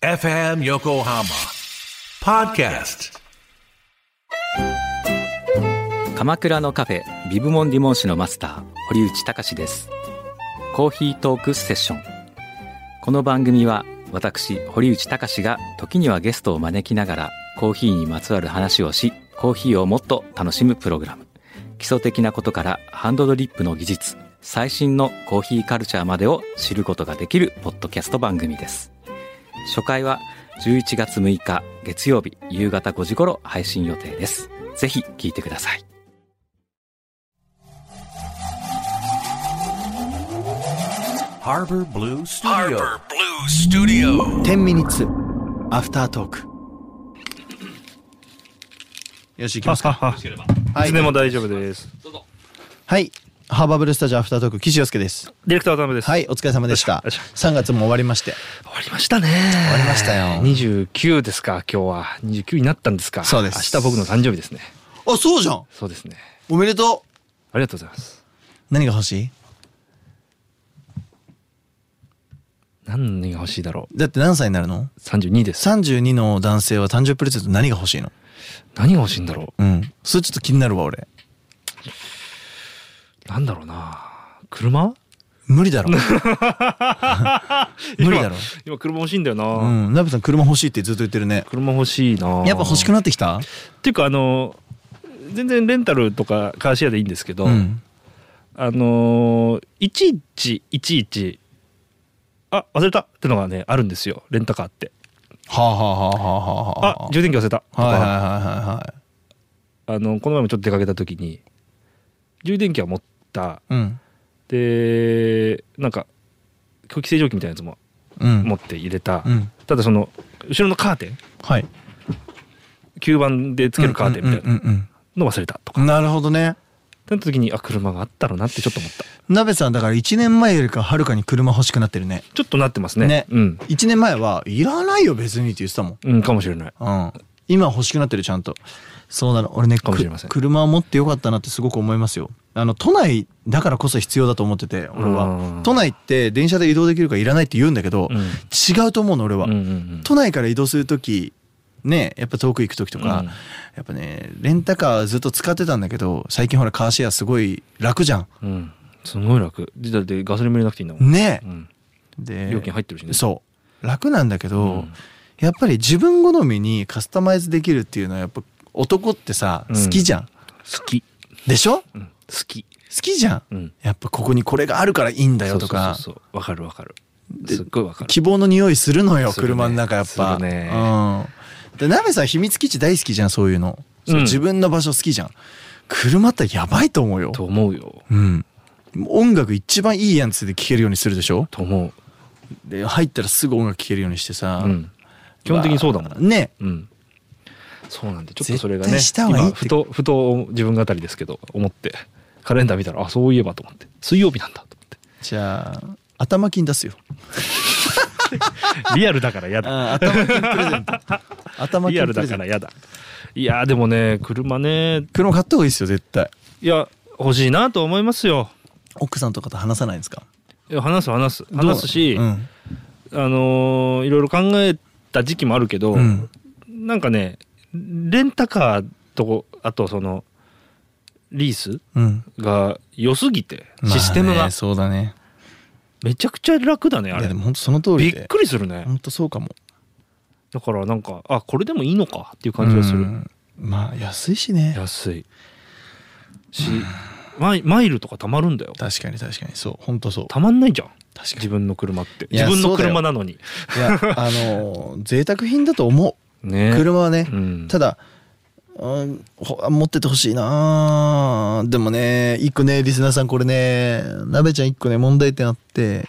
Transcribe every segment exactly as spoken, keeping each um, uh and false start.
エフエム 横浜ポッドキャスト。 鎌倉のカフェビブモンディモン市のマスター堀内隆です。コーヒートークセッション。この番組は私堀内隆が時にはゲストを招きながらコーヒーにまつわる話をし、コーヒーをもっと楽しむプログラム。基礎的なことからハンドドリップの技術、最新のコーヒーカルチャーまでを知ることができるポッドキャスト番組です。初回はじゅういちがつむいか月曜日夕方ごじ頃配信予定です。ぜひ聞いてください。 Harbor Blue Studio。Harbor Blue Studio。 じゅうミニッツアフタートーク。よし行きますか。 はははい、いつでも大丈夫です。 はい、ハーバーブルースタジオアフタートーク、岸洋介です。 ディレクター渡辺です。 はい、お疲れ様でした。さんがつも終わりまして。 終わりましたね。 終わりましたよ。 にじゅうきゅうですか。今日はにじゅうきゅうになったんですか。 そうです。 明日僕の誕生日ですね。 あ、そうじゃん。 そうですね。 おめでとう。 ありがとうございます。 何が欲しい？ 何が欲しいだろう。 だって何歳になるの？ さんじゅうにです。 さんじゅうにの男性は誕生日プレゼント何が欲しいの？ 何が欲しいんだろう。うん、それちょっと気になるわ俺。 なんだろうな。車？ 無理だろ。無理だろ。 今車欲しいんだよな。 うん、ナベさん車欲しいってずっと言ってるね。 車欲しいな。 やっぱ欲しくなってきた？ っていうかあの全然レンタルとかカーシェアでいいんですけど、うん、あのいちいちいちいちあ忘れたってのがねあるんですよ、レンタカーって。はあはあはあはあはあ。あ、充電器忘れたとか。はいはいはいはい。あのこの前もちょっと出かけた時に充電器は持った、うん、でなんか空気清浄機みたいなやつも持って入れた、うん、ただその後ろのカーテン、はい、吸盤でつけるカーテンみたいなの忘れたとか。なるほどね。ってなった時にあ車があったろうなってちょっと思った。なべさんだからいちねんまえよりかはるかに車欲しくなってるね。ちょっとなってますね。ね、うん、いちねんまえはいらないよ別にって言ってたもん。うん、かもしれない。うん、今欲しくなってるちゃんと。そうなの。俺ね、車を持ってよかったなってすごく思いますよ。あの都内だからこそ必要だと思ってて、俺は都内って電車で移動できるからいらないって言うんだけど、うん、違うと思うの俺は、うんうんうん、都内から移動する時ね、やっぱ遠く行く時とか、うん、やっぱねレンタカーずっと使ってたんだけど、最近ほらカーシェアすごい楽じゃん、うん、すごい楽だってガソリンも入れなくていいんだもんね、うん、で料金入ってるしね。そう楽なんだけど、うん、やっぱり自分好みにカスタマイズできるっていうのはやっぱ男ってさ好きじゃん、うん、好きでしょ、うん、好き好きじゃん、うん、やっぱここにこれがあるからいいんだよとか。そうそうそう、わかるわかる、すっごいわかる。希望の匂いするのよ、車の中やっぱ。するね、うん。でナベさん秘密基地大好きじゃん、そういうの、うん、そう自分の場所好きじゃん。車ってやばいと思うよ。と思うよ。うん。音楽一番いいやつで聴けるようにするでしょ。と思う。で入ったらすぐ音楽聴けるようにしてさ、うん、基本的にそうだもんね。うん。そうなんでちょっとそれがね今ふとふと自分語りですけど思ってカレンダー見たらあそういえばと思って水曜日なんだと思って。じゃあ頭金出すよ。リアルだからやだ。頭金プレゼント。頭金リアルだからやだ。いやでもね車ね車買った方がいいですよ絶対。いや欲しいなと思いますよ。奥さんとかと話さないんですか？いや話す話す話すし、うん、あのー、いろいろ考えた時期もあるけど、うん、なんかねレンタカーとあとそのリースが良すぎて、うん、システムが、まあね、そうだねめちゃくちゃ楽だねあれ。いやでも本当その通りでびっくりするね。本当そうかも。だからなんかあこれでもいいのかっていう感じがする。まあ安いしね。安いしマイ、マイルとかたまるんだよ。確かに確かにそう本当そうたまんないじゃん。確かに自分の車って自分の車なのに。いやあの贅沢品だと思う。ね、車はね、うん、ただ、うん、持っててほしいな。でもね一個ねリスナーさんこれねなべちゃん一個ね問題点あって、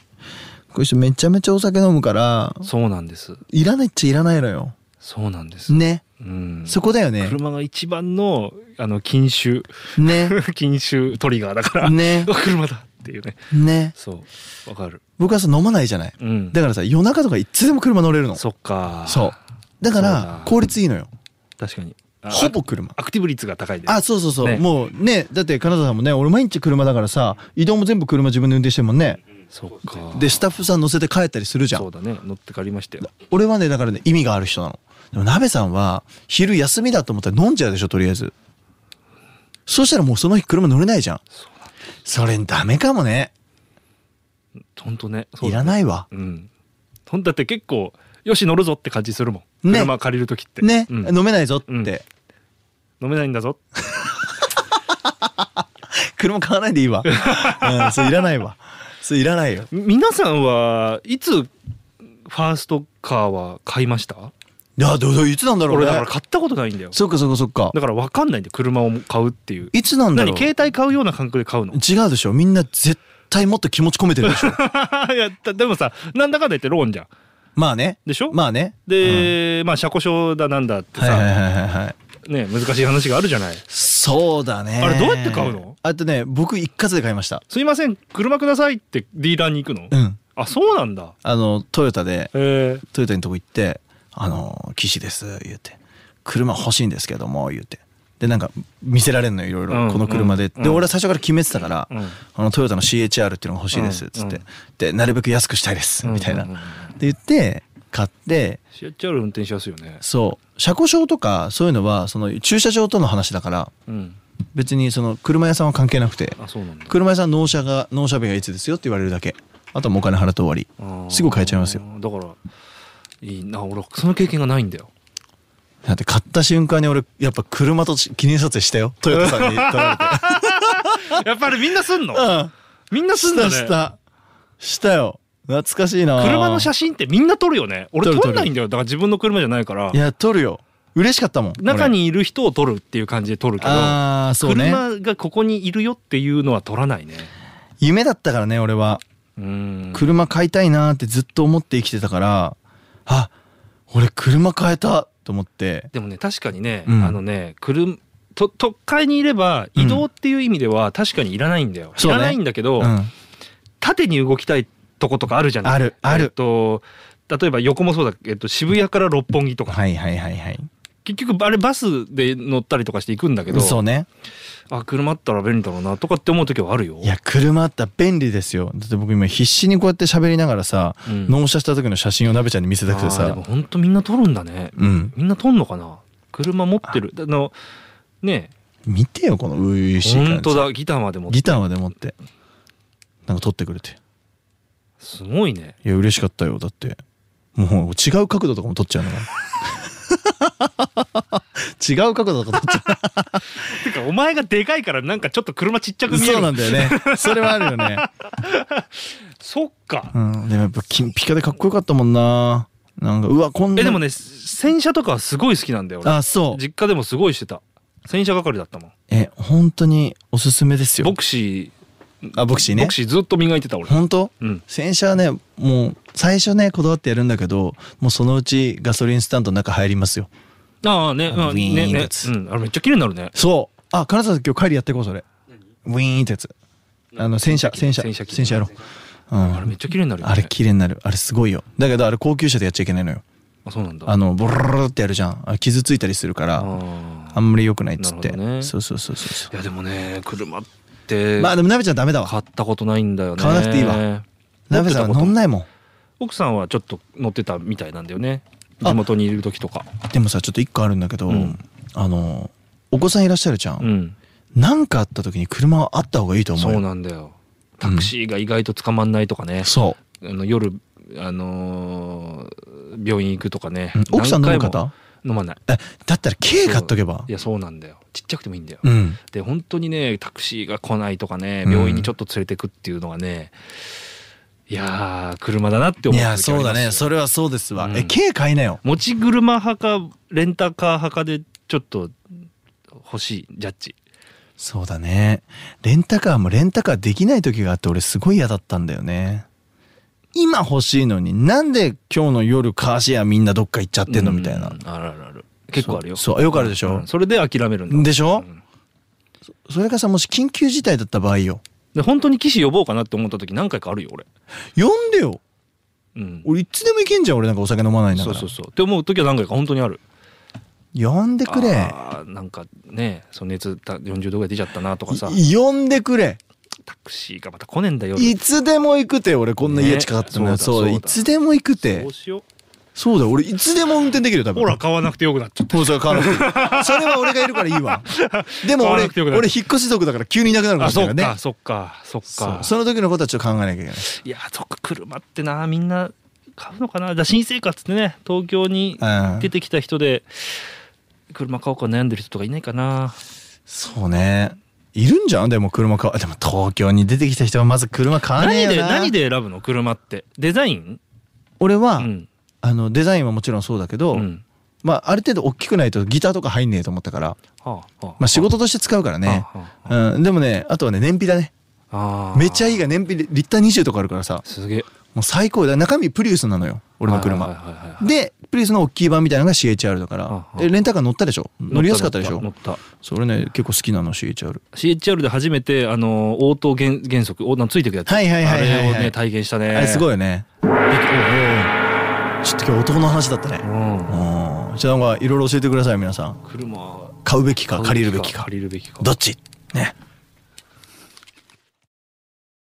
こういう人めちゃめちゃお酒飲むから。そうなんです。いらないっちゃいらないのよ。そうなんですね、うん、そこだよね。車が一番のあの禁酒ね禁酒トリガーだからね車だっていうね。ねそうわかる。僕はさ飲まないじゃない、うん、だからさ夜中とかいつでも車乗れるの。そっかそうだから効率いいのよ。確かにほぼ車アクティブ率が高いです。あそうそうそう、ね、もうねだって金沢さんもね俺毎日車だからさ移動も全部車自分で運転してるもんね。 そっか。 でスタッフさん乗せて帰ったりするじゃん。 そうだね、乗って帰りましたよ。 俺はねだからね意味がある人なの。でも鍋さんは昼休みだと思ったら飲んじゃうでしょとりあえず。そうしたらもうその日車乗れないじゃん。それダメかもね。 ほんとね。 いらないわ。 うん。ほんだって結構よし乗るぞって感じするもん。 ね、 車借りる時ってね、 うん、 飲めないぞって、うん、 飲めないんだぞ。 車買わないでいいわ。うん、それいらないわ。それいらないよ。 皆さんはいつファーストカーは買いました？ いやどういつなんだろうね。 俺だから買ったことないんだよ。 そっかそっかそっか。 だから分かんないんで車を買うっていう。 いつなんだろう。 何携帯買うような感覚で買うの？ 違うでしょ。みんな絶対もっと気持ち込めてるでしょ。 いやでもさなんだかんだ言ってローンじゃん。 まあね。 でしょ？ まあね。 で、うん、まあ車庫証だなんだってさ、 はいはいはいはい、 ね難しい話があるじゃない。 そうだね。 あれどうやって買うの？ あとね僕一括で買いました。 すいません車くださいってディーラーに行くの？ うん。 あそうなんだ。 あのトヨタで、 えー、 トヨタのとこ行ってあの岸です言って車欲しいんですけども言ってでなんか見せられるのよいろいろ、うん、この車で、うん、で俺は最初から決めてたから、うん、あのトヨタの シーエイチアール っていうのが欲しいですっつって、うん、でなるべく安くしたいですみたいな、うんうんうん、で言って買ってシーエイチアール 運転しやすいよね。 そう車庫証とかそういうのはその駐車場との話だから、うん、別にその車屋さんは関係なくて、 あそうなんだ。 車屋さん納車が納車日がいつですよって言われるだけ。あとはもうお金払って終わり。すぐ買えちゃいますよ。 だからいいな。俺その経験がないんだよ。 だって買った瞬間に俺やっぱ車と記念撮影したよトヨタさんに撮られて。 やっぱりみんなすんの？ うん、 みんなすんだね。 したしたしたよ。懐かしいな。 車の写真ってみんな撮るよね。俺撮んないんだよ。だから自分の車じゃないから。 いや撮るよ。嬉しかったもん。 中にいる人を撮るっていう感じで撮るけど、 あそうね、 車がここにいるよっていうのは撮らないね。 夢だったからね俺は。 うん車買いたいなってずっと思って生きてたから、あ俺車買えたと思って。でもね確かにね、うん、あのね車と都会にいれば移動っていう意味では確かにいらないんだよ、うん、いらないんだけど、ねうん、縦に動きたいとことかあるじゃない。 あるある、 えっと、例えば横もそうだけど渋谷から六本木とか、 はいはいはいはい、 結局あれバスで乗ったりとかして行くんだけど、 そうね、 あ車あったら便利だろうなとかって思う時はあるよ。 いや車あったら便利ですよ。だって僕今必死にこうやって喋りながらさ、うん、納車した時の写真をなべちゃんに見せたくてさ。 でも本当みんな撮るんだね、うん、みんな撮んのかな。車持ってるあのねえ見てよこの初々しい感じ。 本当だギターまで持ってギターまで持ってなんか撮ってくれてすごいね。 いや嬉しかったよ。だってもう違う角度とかも撮っちゃうのか違う角度とか撮っちゃうてかお前がでかいからなんかちょっと車ちっちゃく見える。 そうなんだよねそれはあるよねそっか、 うん、でもやっぱ金ピカでかっこよかったもんな。なんかうわこんなえでもね洗車とかはすごい好きなんだよ俺。 あそう実家でもすごいしてた。洗車係だったもん。 え本当におすすめですよ。 ボクシーあボクシーね。 ボクシーずっと磨いてた俺。 本当、 うん、 洗車はねもう最初ねこだわってやるんだけどもうそのうちガソリンスタンドの中入りますよ。 ああね、ああねね、うん、あれめっちゃ綺麗になるね。 そう。あ金沢今日帰りやってこうそれ。ウィーンってやつ。あの洗車洗車洗車洗車やろう。うん、あれめっちゃ綺麗になるよね。あれ綺麗になる。あれすごいよ。だけどあれ高級車でやっちゃいけないのよ。 あそうなんだ。 あのボロロロってやるじゃん。あれ傷ついたりするからあんまり良くないっつって。 ね、 そうそうそうそう。 いやでもね車ってまあでもなべちゃんダメだわ。 買ったことないんだよね。 買わなくていいわ。なべさんは乗んないもん。 奥さんはちょっと乗ってたみたいなんだよね。地元にいる時とか。 でもさちょっと一個あるんだけど、うん、あのお子さんいらっしゃるじゃん。うん、なんかあった時に車はあった方がいいと思うよ。 そうなんだよ。タクシーが意外と捕まんないとかね。 うん、そう。 あの夜あのー、病院行くとかね。 うん、奥さん飲む方？ 飲まない。 えだったら軽買っとけば。 いやそうなんだよ。ちっちゃくてもいいんだよ。 うん、 で本当にねタクシーが来ないとかね病院にちょっと連れてくっていうのがね。いやー車だなって思う。 いやそうだねそれはそうですわ。うん、え軽買いなよ。 持ち車派かレンタカー派かでちょっと欲しいジャッジ。 そうだねレンタカーもレンタカーできない時があって俺すごい嫌だったんだよね。今欲しいのになんで今日の夜カーシェアみんなどっか行っちゃってんのみたいな。 あるあるある結構あるよ。 そう、そうよくあるでしょ、 うん、それで諦めるんだでしょ、うん、そ, それがさもし緊急事態だった場合よ。 で本当に騎士呼ぼうかなって思った時何回かあるよ俺。 呼んでよ、 うん、 俺いつでも行けんじゃん。俺なんかお酒飲まないんだから。 そうそうそうって思う時は何回か本当にある。 呼んでくれ。 あなんかねその熱よんじゅうどぐらい出ちゃったなとかさ。 呼んでくれ。 タクシーがまた来ねえんだよ。 いつでも行くて俺こんな家近かったのよ、 ね、 そうそういつでも行くて。 そうしよう。 そうだ俺いつでも運転できるよ多分。 ほら買わなくてよくなっちゃった。 もうそれ買わなくていいそれは俺がいるからいいわ。でも俺俺引っ越し族だから急にいなくなるかもしれないからね。 そっかそっかそっか。 その時のことはちょっと考えなきゃいけない。 いやそっか車ってなみんな買うのかな。じゃあ新生活ってね東京に出てきた人で車買おうか悩んでる人とかいないかな。 そうねいるんじゃん。でも車買う。でも東京に出てきた人はまず車買わねえよな。 何で何で選ぶの車って。デザイン？ 俺は、 うんあのデザインはもちろんそうだけど、うん、まあある程度大きくないとギターとか入んねえと思ったから、はあはあ、まあ仕事として使うからね、はあはあうん、でもねあとはね燃費だね。あめっちゃいいが燃費でリッターにじゅうとかあるからさすげえもう最高だ。中身プリウスなのよ俺の車、はいはいはいはい、でプリウスの大きい版みたいなのが シーエイチアール だから、はあはあ、レンタカー乗ったでしょ。乗りやすかったでしょ。乗った乗ったそれね結構好きなの シーエイチアール。 シーエイチアール で初めてあのオート減減速おなんついてくやつ、 はいはいはいはいはい、 あれをね体験したね。 あれすごいよね。ちょっと今日男の話だったね。うん。じゃあなんかいろいろ教えてください皆さん。 車買うべきか借りるべきか。 借りるべきか。 どっち？ね。